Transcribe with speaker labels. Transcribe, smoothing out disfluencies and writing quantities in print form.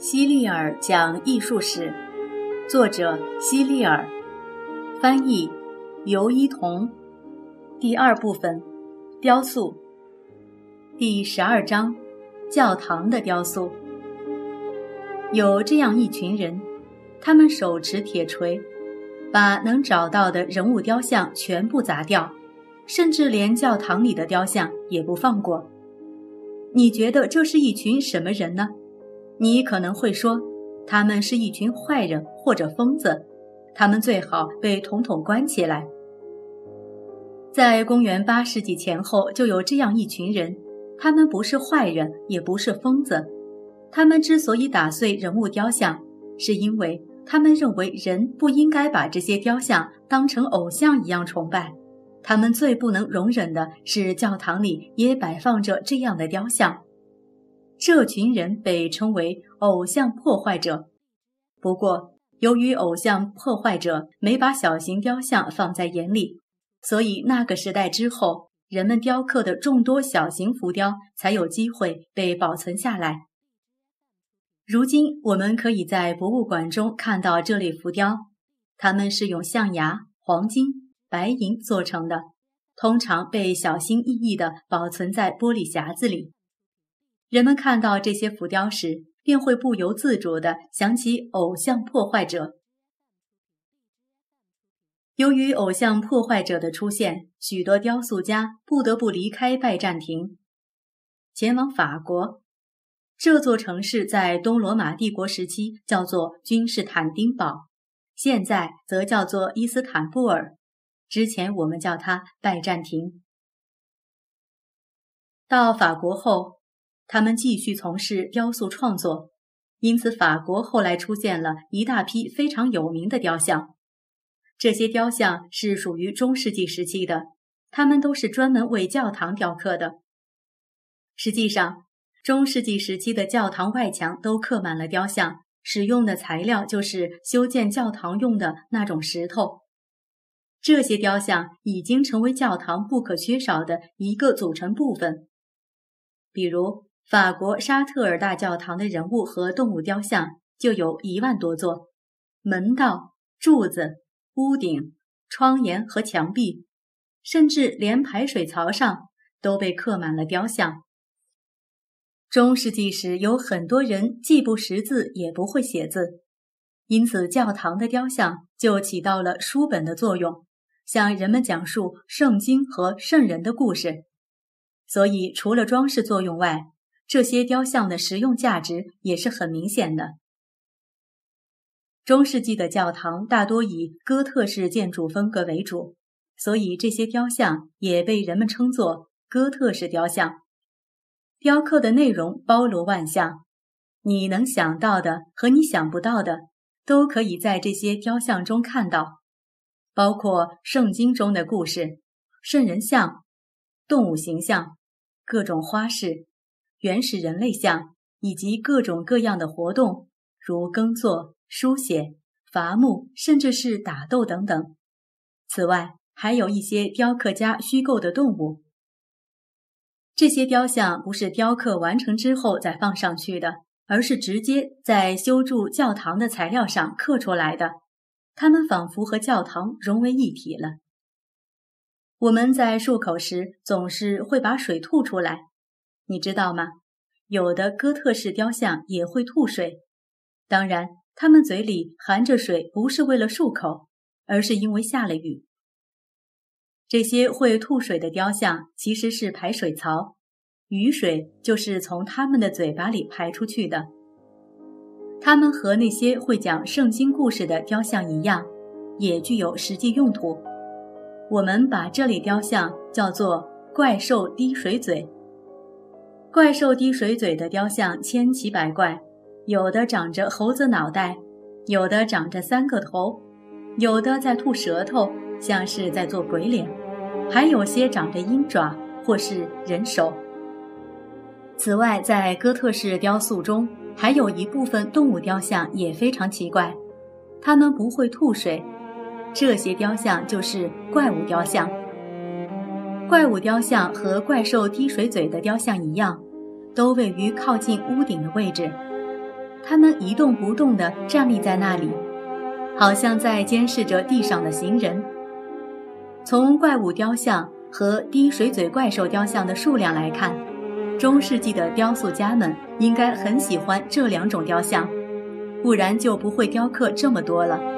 Speaker 1: 希利尔讲艺术史，作者希利尔，翻译尤一彤。第二部分，雕塑。第12章，教堂的雕塑。有这样一群人，他们手持铁锤，把能找到的人物雕像全部砸掉，甚至连教堂里的雕像也不放过。你觉得这是一群什么人呢？你可能会说，他们是一群坏人或者疯子，他们最好被统统关起来。在公元8世纪前后就有这样一群人，他们不是坏人，也不是疯子。他们之所以打碎人物雕像，是因为他们认为人不应该把这些雕像当成偶像一样崇拜。他们最不能容忍的是教堂里也摆放着这样的雕像。这群人被称为偶像破坏者。不过，由于偶像破坏者没把小型雕像放在眼里，所以那个时代之后，人们雕刻的众多小型浮雕才有机会被保存下来。如今，我们可以在博物馆中看到这类浮雕，它们是用象牙、黄金、白银做成的，通常被小心翼翼地保存在玻璃匣子里。人们看到这些浮雕时，便会不由自主地想起偶像破坏者。由于偶像破坏者的出现，许多雕塑家不得不离开拜占庭，前往法国。这座城市在东罗马帝国时期叫做君士坦丁堡，现在则叫做伊斯坦布尔，之前我们叫它拜占庭。到法国后，他们继续从事雕塑创作，因此法国后来出现了一大批非常有名的雕像。这些雕像是属于中世纪时期的，它们都是专门为教堂雕刻的。实际上，中世纪时期的教堂外墙都刻满了雕像，使用的材料就是修建教堂用的那种石头。这些雕像已经成为教堂不可缺少的一个组成部分。比如，法国沙特尔大教堂的人物和动物雕像就有1万多座，门道、柱子、屋顶、窗沿和墙壁，甚至连排水槽上都被刻满了雕像。中世纪时有很多人既不识字也不会写字，因此教堂的雕像就起到了书本的作用，向人们讲述圣经和圣人的故事。所以除了装饰作用外，这些雕像的实用价值也是很明显的。中世纪的教堂大多以哥特式建筑风格为主，所以这些雕像也被人们称作哥特式雕像。雕刻的内容包罗万象，你能想到的和你想不到的都可以在这些雕像中看到，包括圣经中的故事、圣人像、动物形象、各种花式、原始人类像以及各种各样的活动，如耕作、书写、伐木，甚至是打斗等等。此外，还有一些雕刻家虚构的动物。这些雕像不是雕刻完成之后再放上去的，而是直接在修筑教堂的材料上刻出来的，它们仿佛和教堂融为一体了。我们在漱口时总是会把水吐出来，你知道吗？有的哥特式雕像也会吐水，当然，他们嘴里含着水不是为了漱口，而是因为下了雨。这些会吐水的雕像其实是排水槽，雨水就是从他们的嘴巴里排出去的。他们和那些会讲圣经故事的雕像一样，也具有实际用途。我们把这类雕像叫做怪兽滴水嘴。怪兽滴水嘴的雕像千奇百怪，有的长着猴子脑袋，有的长着3个头，有的在吐舌头，像是在做鬼脸，还有些长着鹰爪或是人手。此外，在哥特式雕塑中，还有一部分动物雕像也非常奇怪，它们不会吐水。这些雕像就是怪物雕像。怪物雕像和怪兽滴水嘴的雕像一样，都位于靠近屋顶的位置。 它们一动不动地站立在那里，好像在监视着地上的行人。从怪物雕像和滴水嘴怪兽雕像的数量来看，中世纪的雕塑家们应该很喜欢这2种雕像，不然就不会雕刻这么多了。